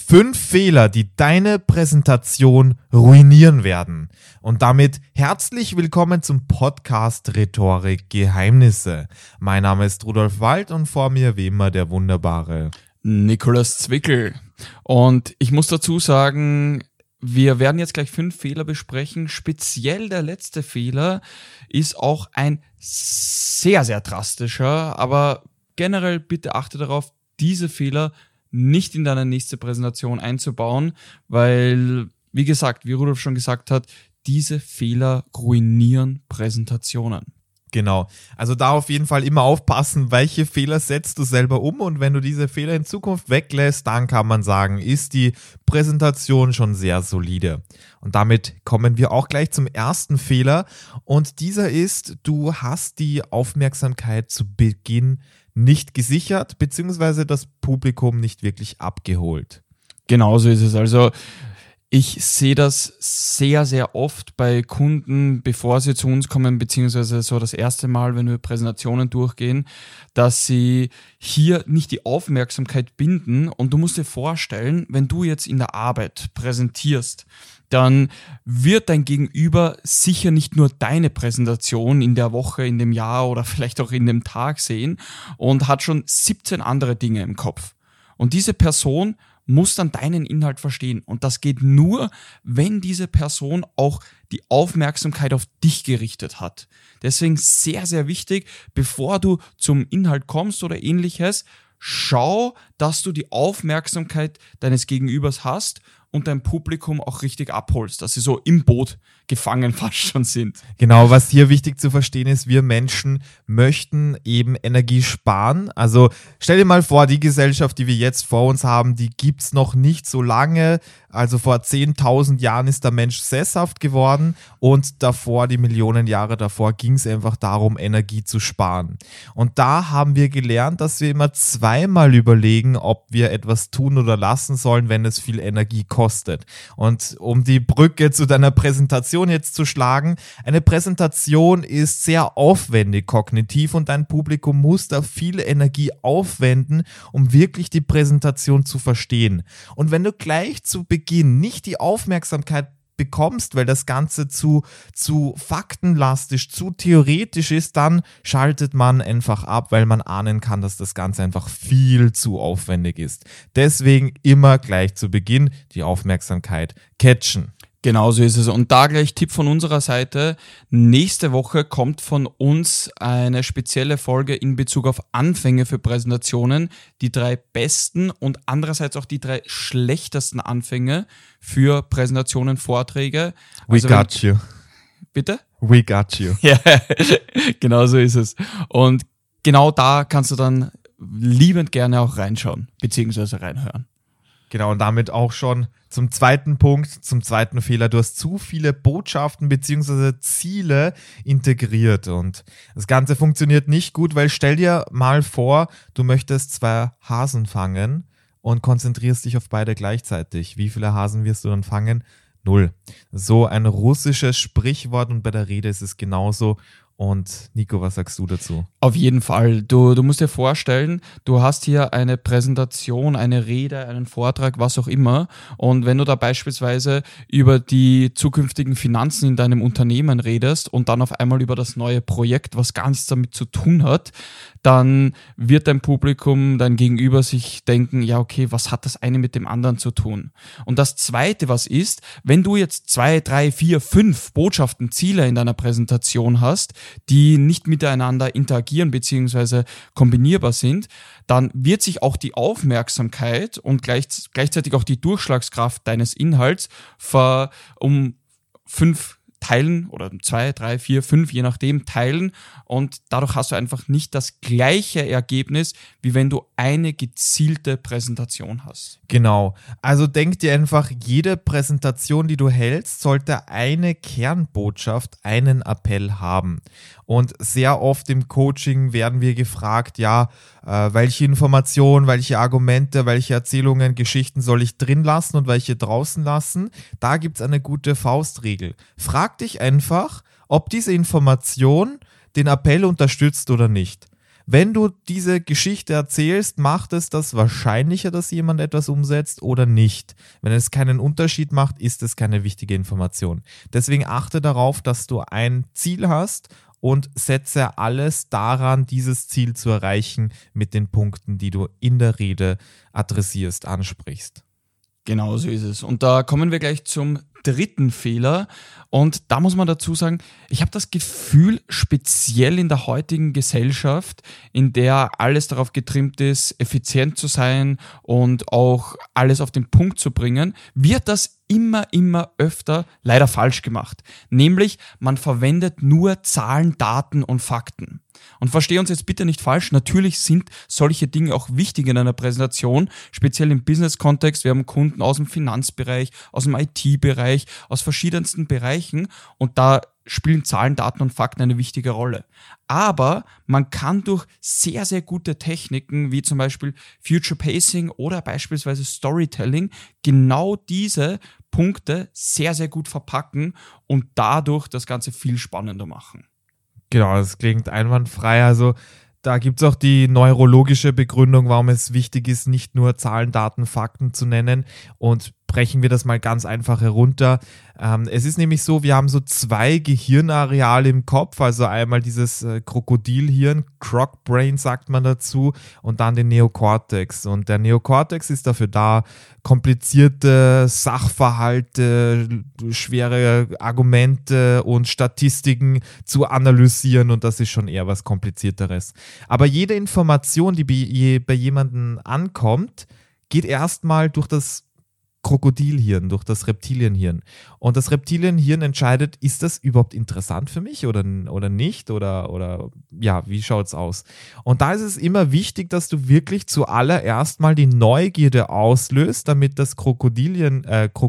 5 Fehler, die deine Präsentation ruinieren werden. Und damit herzlich willkommen zum Podcast Rhetorik Geheimnisse. Mein Name ist Rudolf Wald und vor mir wie immer der wunderbare Nikolaus Zwickel. Und ich muss dazu sagen, wir werden jetzt gleich 5 Fehler besprechen. Speziell der letzte Fehler ist auch ein sehr, sehr drastischer, aber generell bitte achte darauf, diese Fehler nicht in deine nächste Präsentation einzubauen, weil, wie gesagt, wie Rudolf schon gesagt hat, diese Fehler ruinieren Präsentationen. Genau, also da auf jeden Fall immer aufpassen, welche Fehler setzt du selber um, und wenn du diese Fehler in Zukunft weglässt, dann kann man sagen, ist die Präsentation schon sehr solide. Und damit kommen wir auch gleich zum ersten Fehler, und dieser ist, du hast die Aufmerksamkeit zu Beginn nicht gesichert, beziehungsweise das Publikum nicht wirklich abgeholt. Genau so ist es. Also ich sehe das sehr, sehr oft bei Kunden, bevor sie zu uns kommen, beziehungsweise so das erste Mal, wenn wir Präsentationen durchgehen, dass sie hier nicht die Aufmerksamkeit binden. Und du musst dir vorstellen, wenn du jetzt in der Arbeit präsentierst, dann wird dein Gegenüber sicher nicht nur deine Präsentation in der Woche, in dem Jahr oder vielleicht auch in dem Tag sehen und hat schon 17 andere Dinge im Kopf. Und diese Person muss dann deinen Inhalt verstehen. Und das geht nur, wenn diese Person auch die Aufmerksamkeit auf dich gerichtet hat. Deswegen sehr, sehr wichtig, bevor du zum Inhalt kommst oder ähnliches, schau, dass du die Aufmerksamkeit deines Gegenübers hast und dein Publikum auch richtig abholst, dass sie so im Boot gefangen fast schon sind. Genau, was hier wichtig zu verstehen ist, wir Menschen möchten eben Energie sparen. Also stell dir mal vor, die Gesellschaft, die wir jetzt vor uns haben, die gibt es noch nicht so lange. Also vor 10.000 Jahren ist der Mensch sesshaft geworden und davor, die Millionen Jahre davor, ging es einfach darum, Energie zu sparen. Und da haben wir gelernt, dass wir immer zweimal überlegen, ob wir etwas tun oder lassen sollen, wenn es viel Energie kostet. Und um die Brücke zu deiner Präsentation jetzt zu schlagen, eine Präsentation ist sehr aufwendig kognitiv und dein Publikum muss da viel Energie aufwenden, um wirklich die Präsentation zu verstehen. Und wenn du gleich zu Beginn nicht die Aufmerksamkeit bekommst, weil das Ganze zu faktenlastisch, zu theoretisch ist, dann schaltet man einfach ab, weil man ahnen kann, dass das Ganze einfach viel zu aufwendig ist. Deswegen immer gleich zu Beginn die Aufmerksamkeit catchen. Genau so ist es. Und da gleich Tipp von unserer Seite. Nächste Woche kommt von uns eine spezielle Folge in Bezug auf Anfänge für Präsentationen. Die 3 besten und andererseits auch die 3 schlechtesten Anfänge für Präsentationen, Vorträge. We got you. Bitte? We got you. Ja, genau so ist es. Und genau da kannst du dann liebend gerne auch reinschauen, beziehungsweise reinhören. Genau, und damit auch schon zum zweiten Punkt, zum zweiten Fehler. Du hast zu viele Botschaften bzw. Ziele integriert und das Ganze funktioniert nicht gut, weil stell dir mal vor, du möchtest 2 Hasen fangen und konzentrierst dich auf beide gleichzeitig. Wie viele Hasen wirst du dann fangen? 0. So ein russisches Sprichwort, und bei der Rede ist es genauso. Und Nico, was sagst du dazu? Auf jeden Fall. Du musst dir vorstellen, du hast hier eine Präsentation, eine Rede, einen Vortrag, was auch immer. Und wenn du da beispielsweise über die zukünftigen Finanzen in deinem Unternehmen redest und dann auf einmal über das neue Projekt, was gar nichts damit zu tun hat, dann wird dein Publikum, dein Gegenüber sich denken, ja okay, was hat das eine mit dem anderen zu tun? Und das Zweite, was ist, wenn du jetzt 2, 3, 4, 5 Botschaften, Ziele in deiner Präsentation hast, die nicht miteinander interagieren bzw. kombinierbar sind, dann wird sich auch die Aufmerksamkeit und gleichzeitig auch die Durchschlagskraft deines Inhalts um 5 teilen oder 2, 3, 4, 5, je nachdem teilen, und dadurch hast du einfach nicht das gleiche Ergebnis, wie wenn du eine gezielte Präsentation hast. Genau, also denk dir einfach, jede Präsentation, die du hältst, sollte eine Kernbotschaft, einen Appell haben. Und sehr oft im Coaching werden wir gefragt, ja, welche Informationen, welche Argumente, welche Erzählungen, Geschichten soll ich drin lassen und welche draußen lassen? Da gibt es eine gute Faustregel. Frag dich einfach, ob diese Information den Appell unterstützt oder nicht. wenn du diese Geschichte erzählst, macht es das wahrscheinlicher, dass jemand etwas umsetzt oder nicht. Wenn es keinen Unterschied macht, ist es keine wichtige Information. Deswegen achte darauf, dass du ein Ziel hast und setze alles daran, dieses Ziel zu erreichen mit den Punkten, die du in der Rede adressierst, ansprichst. Genau so ist es. Und da kommen wir gleich zum dritten Fehler. Und da muss man dazu sagen, ich habe das Gefühl, speziell in der heutigen Gesellschaft, in der alles darauf getrimmt ist, effizient zu sein und auch alles auf den Punkt zu bringen, wird das immer öfter leider falsch gemacht. Nämlich, man verwendet nur Zahlen, Daten und Fakten. Und verstehe uns jetzt bitte nicht falsch, natürlich sind solche Dinge auch wichtig in einer Präsentation, speziell im Business-Kontext. Wir haben Kunden aus dem Finanzbereich, aus dem IT-Bereich, aus verschiedensten Bereichen und da spielen Zahlen, Daten und Fakten eine wichtige Rolle. Aber man kann durch sehr, sehr gute Techniken, wie zum Beispiel Future Pacing oder beispielsweise Storytelling, genau diese Punkte sehr, sehr gut verpacken und dadurch das Ganze viel spannender machen. Genau, das klingt einwandfrei. Also da gibt es auch die neurologische Begründung, warum es wichtig ist, nicht nur Zahlen, Daten, Fakten zu nennen. Und brechen wir das mal ganz einfach herunter. Es ist nämlich so, wir haben so 2 Gehirnareale im Kopf, also einmal dieses Krokodilhirn, Croc Brain sagt man dazu, und dann den Neokortex. Und der Neokortex ist dafür da, komplizierte Sachverhalte, schwere Argumente und Statistiken zu analysieren, und das ist schon eher was Komplizierteres. Aber jede Information, die bei jemandem ankommt, geht erstmal durch das Krokodilhirn, durch das Reptilienhirn. Und das Reptilienhirn entscheidet, ist das überhaupt interessant für mich oder nicht? Oder ja, wie schaut's aus? Und da ist es immer wichtig, dass du wirklich zuallererst mal die Neugierde auslöst, damit das Krokodilhirn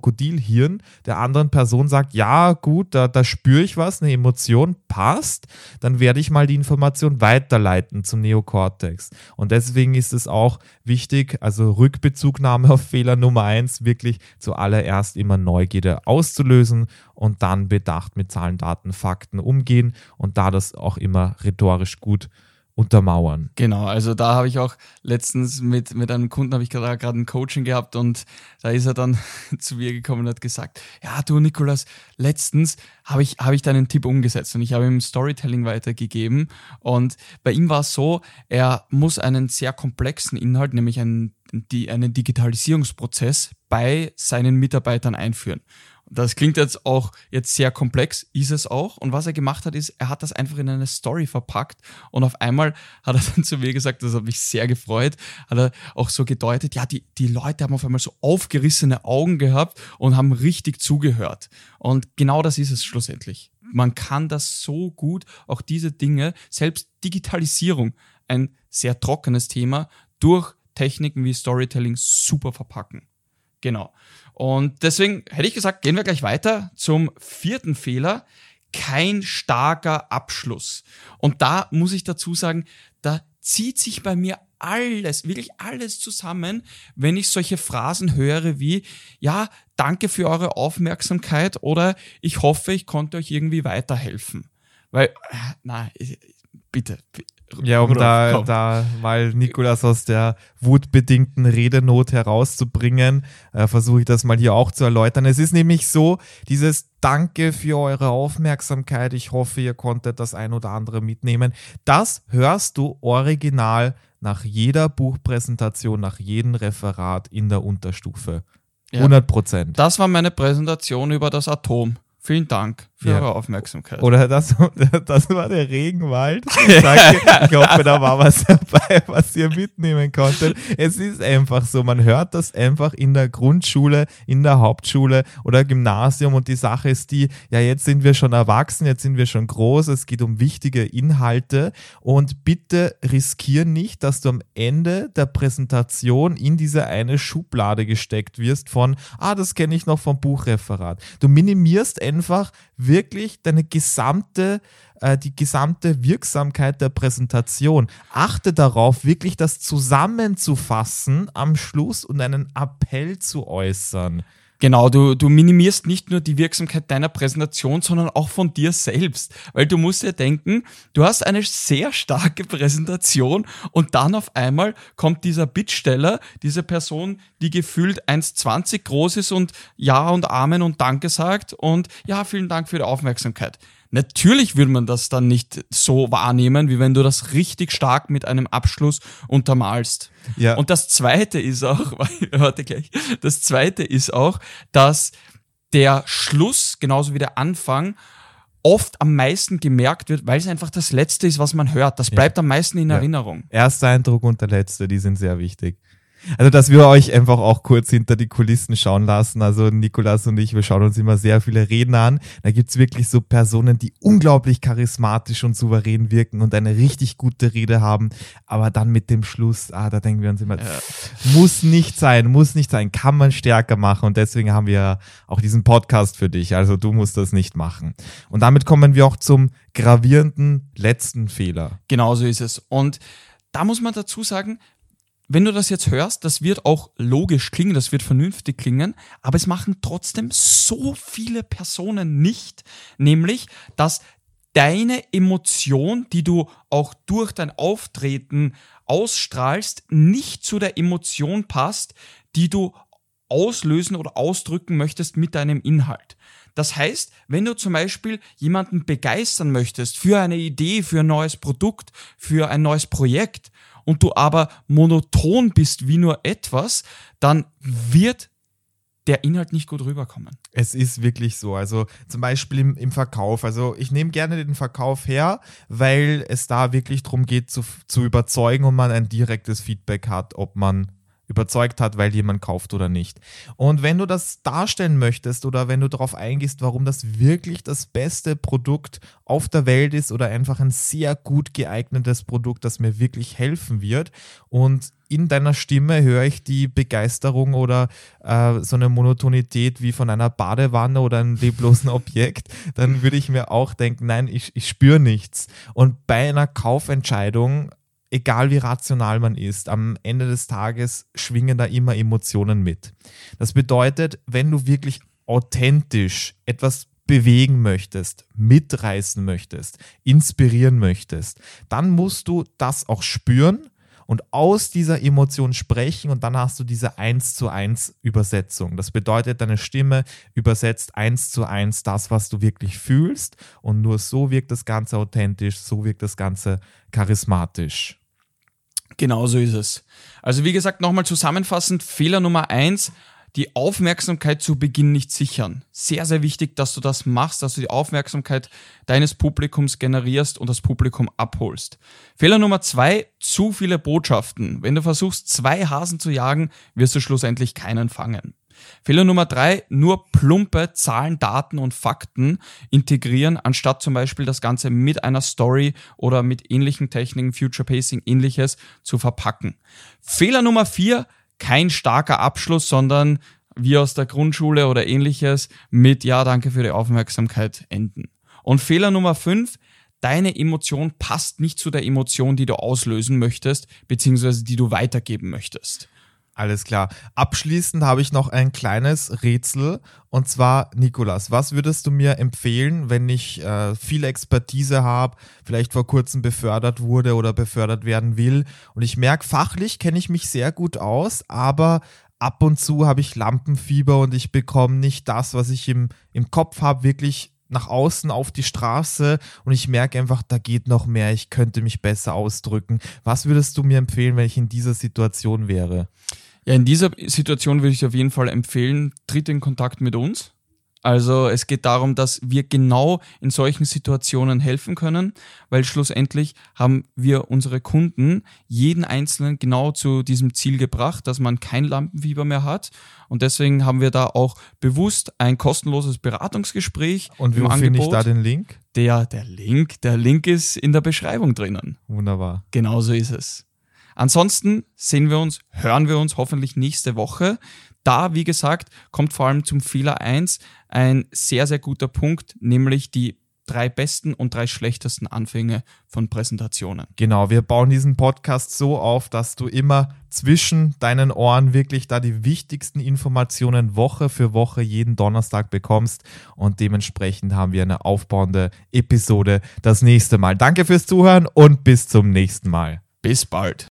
der anderen Person sagt, ja gut, da spüre ich was, eine Emotion passt, dann werde ich mal die Information weiterleiten zum Neokortex. Und deswegen ist es auch wichtig, also Rückbezugnahme auf Fehler Nummer 1, wirklich zuallererst immer Neugierde auszulösen und dann bedacht mit Zahlen, Daten, Fakten umgehen und da das auch immer rhetorisch gut untermauern. Genau, also da habe ich auch letztens mit einem Kunden, habe ich gerade ein Coaching gehabt und da ist er dann zu mir gekommen und hat gesagt, ja du Nikolas, letztens habe ich deinen Tipp umgesetzt und ich habe ihm Storytelling weitergegeben und bei ihm war es so, er muss einen sehr komplexen Inhalt, nämlich einen Digitalisierungsprozess bei seinen Mitarbeitern einführen. Das klingt jetzt sehr komplex, ist es auch. Und was er gemacht hat, ist, er hat das einfach in eine Story verpackt und auf einmal hat er dann zu mir gesagt, das hat mich sehr gefreut, hat er auch so gedeutet, ja, die Leute haben auf einmal so aufgerissene Augen gehabt und haben richtig zugehört. Und genau das ist es schlussendlich. Man kann das so gut, auch diese Dinge, selbst Digitalisierung, ein sehr trockenes Thema, durch Techniken wie Storytelling super verpacken. Genau. Und deswegen hätte ich gesagt, gehen wir gleich weiter zum 4. Fehler. Kein starker Abschluss. Und da muss ich dazu sagen, da zieht sich bei mir alles, wirklich alles zusammen, wenn ich solche Phrasen höre wie, ja, danke für eure Aufmerksamkeit oder ich hoffe, ich konnte euch irgendwie weiterhelfen. Weil, bitte. Ja, weil Nikolas aus der wutbedingten Redenot herauszubringen, versuche ich das mal hier auch zu erläutern. Es ist nämlich so, dieses Danke für eure Aufmerksamkeit, ich hoffe, ihr konntet das ein oder andere mitnehmen, das hörst du original nach jeder Buchpräsentation, nach jedem Referat in der Unterstufe. 100%. Das war meine Präsentation über das Atom. Vielen Dank für eure Aufmerksamkeit. Oder das war der Regenwald. Danke. Ich hoffe, da war was dabei, was ihr mitnehmen konntet. Es ist einfach so, man hört das einfach in der Grundschule, in der Hauptschule oder Gymnasium und die Sache ist die, ja, jetzt sind wir schon erwachsen, jetzt sind wir schon groß, es geht um wichtige Inhalte und bitte riskier nicht, dass du am Ende der Präsentation in diese eine Schublade gesteckt wirst von, das kenne ich noch vom Buchreferat. Du minimierst einfach wirklich die gesamte Wirksamkeit der Präsentation. Achte darauf, wirklich das zusammenzufassen am Schluss und einen Appell zu äußern. Genau, du minimierst nicht nur die Wirksamkeit deiner Präsentation, sondern auch von dir selbst. Weil du musst dir denken, du hast eine sehr starke Präsentation und dann auf einmal kommt dieser Bittsteller, diese Person, die gefühlt 1,20 groß ist und Ja und Amen und Danke sagt und ja, vielen Dank für die Aufmerksamkeit. Natürlich will man das dann nicht so wahrnehmen, wie wenn du das richtig stark mit einem Abschluss untermalst. Ja. Und das Zweite ist auch, dass der Schluss, genauso wie der Anfang, oft am meisten gemerkt wird, weil es einfach das Letzte ist, was man hört. Das bleibt am meisten in Erinnerung. Erster Eindruck und der letzte, die sind sehr wichtig. Also, dass wir euch einfach auch kurz hinter die Kulissen schauen lassen. Also, Nikolas und ich, wir schauen uns immer sehr viele Reden an. Da gibt's wirklich so Personen, die unglaublich charismatisch und souverän wirken und eine richtig gute Rede haben. Aber dann mit dem Schluss, da denken wir uns immer, muss nicht sein, kann man stärker machen. Und deswegen haben wir auch diesen Podcast für dich. Also, du musst das nicht machen. Und damit kommen wir auch zum gravierenden letzten Fehler. Genau so ist es. Und da muss man dazu sagen, wenn du das jetzt hörst, das wird auch logisch klingen, das wird vernünftig klingen, aber es machen trotzdem so viele Personen nicht, nämlich, dass deine Emotion, die du auch durch dein Auftreten ausstrahlst, nicht zu der Emotion passt, die du auslösen oder ausdrücken möchtest mit deinem Inhalt. Das heißt, wenn du zum Beispiel jemanden begeistern möchtest für eine Idee, für ein neues Produkt, für ein neues Projekt, und du aber monoton bist wie nur etwas, dann wird der Inhalt nicht gut rüberkommen. Es ist wirklich so. Also zum Beispiel im Verkauf. Also ich nehme gerne den Verkauf her, weil es da wirklich darum geht, zu überzeugen und man ein direktes Feedback hat, ob man überzeugt hat, weil jemand kauft oder nicht. Und wenn du das darstellen möchtest oder wenn du darauf eingehst, warum das wirklich das beste Produkt auf der Welt ist oder einfach ein sehr gut geeignetes Produkt, das mir wirklich helfen wird, und in deiner Stimme höre ich die Begeisterung oder so eine Monotonität wie von einer Badewanne oder einem leblosen Objekt, dann würde ich mir auch denken, nein, ich spüre nichts. Und bei einer Kaufentscheidung, egal wie rational man ist, am Ende des Tages schwingen da immer Emotionen mit. Das bedeutet, wenn du wirklich authentisch etwas bewegen möchtest, mitreißen möchtest, inspirieren möchtest, dann musst du das auch spüren und aus dieser Emotion sprechen, und dann hast du diese 1:1 Übersetzung. Das bedeutet, deine Stimme übersetzt 1:1 das, was du wirklich fühlst, und nur so wirkt das Ganze authentisch, so wirkt das Ganze charismatisch. Genau so ist es. Also wie gesagt, nochmal zusammenfassend, Fehler Nummer 1, die Aufmerksamkeit zu Beginn nicht sichern. Sehr, sehr wichtig, dass du das machst, dass du die Aufmerksamkeit deines Publikums generierst und das Publikum abholst. Fehler Nummer 2, zu viele Botschaften. Wenn du versuchst, 2 Hasen zu jagen, wirst du schlussendlich keinen fangen. Fehler Nummer 3, nur plumpe Zahlen, Daten und Fakten integrieren, anstatt zum Beispiel das Ganze mit einer Story oder mit ähnlichen Techniken, Future Pacing, ähnliches zu verpacken. Fehler Nummer 4, kein starker Abschluss, sondern wie aus der Grundschule oder ähnliches mit ja, danke für die Aufmerksamkeit enden. Und Fehler Nummer 5, deine Emotion passt nicht zu der Emotion, die du auslösen möchtest, beziehungsweise die du weitergeben möchtest. Alles klar. Abschließend habe ich noch ein kleines Rätsel, und zwar, Nikolas, was würdest du mir empfehlen, wenn ich viel Expertise habe, vielleicht vor kurzem befördert wurde oder befördert werden will, und ich merke, fachlich kenne ich mich sehr gut aus, aber ab und zu habe ich Lampenfieber und ich bekomme nicht das, was ich im Kopf habe, wirklich nach außen auf die Straße, und ich merke einfach, da geht noch mehr, ich könnte mich besser ausdrücken. Was würdest du mir empfehlen, wenn ich in dieser Situation wäre? Ja, in dieser Situation würde ich auf jeden Fall empfehlen, tritt in Kontakt mit uns. Also es geht darum, dass wir genau in solchen Situationen helfen können, weil schlussendlich haben wir unsere Kunden, jeden Einzelnen genau zu diesem Ziel gebracht, dass man kein Lampenfieber mehr hat. Und deswegen haben wir da auch bewusst ein kostenloses Beratungsgespräch. Und wo finde ich da den Link? Der Link ist in der Beschreibung drinnen. Wunderbar. Genau so ist es. Ansonsten hören wir uns hoffentlich nächste Woche. Da, wie gesagt, kommt vor allem zum Fehler 1 ein sehr, sehr guter Punkt, nämlich die 3 besten und 3 schlechtesten Anfänge von Präsentationen. Genau, wir bauen diesen Podcast so auf, dass du immer zwischen deinen Ohren wirklich da die wichtigsten Informationen Woche für Woche jeden Donnerstag bekommst und dementsprechend haben wir eine aufbauende Episode das nächste Mal. Danke fürs Zuhören und bis zum nächsten Mal. Bis bald.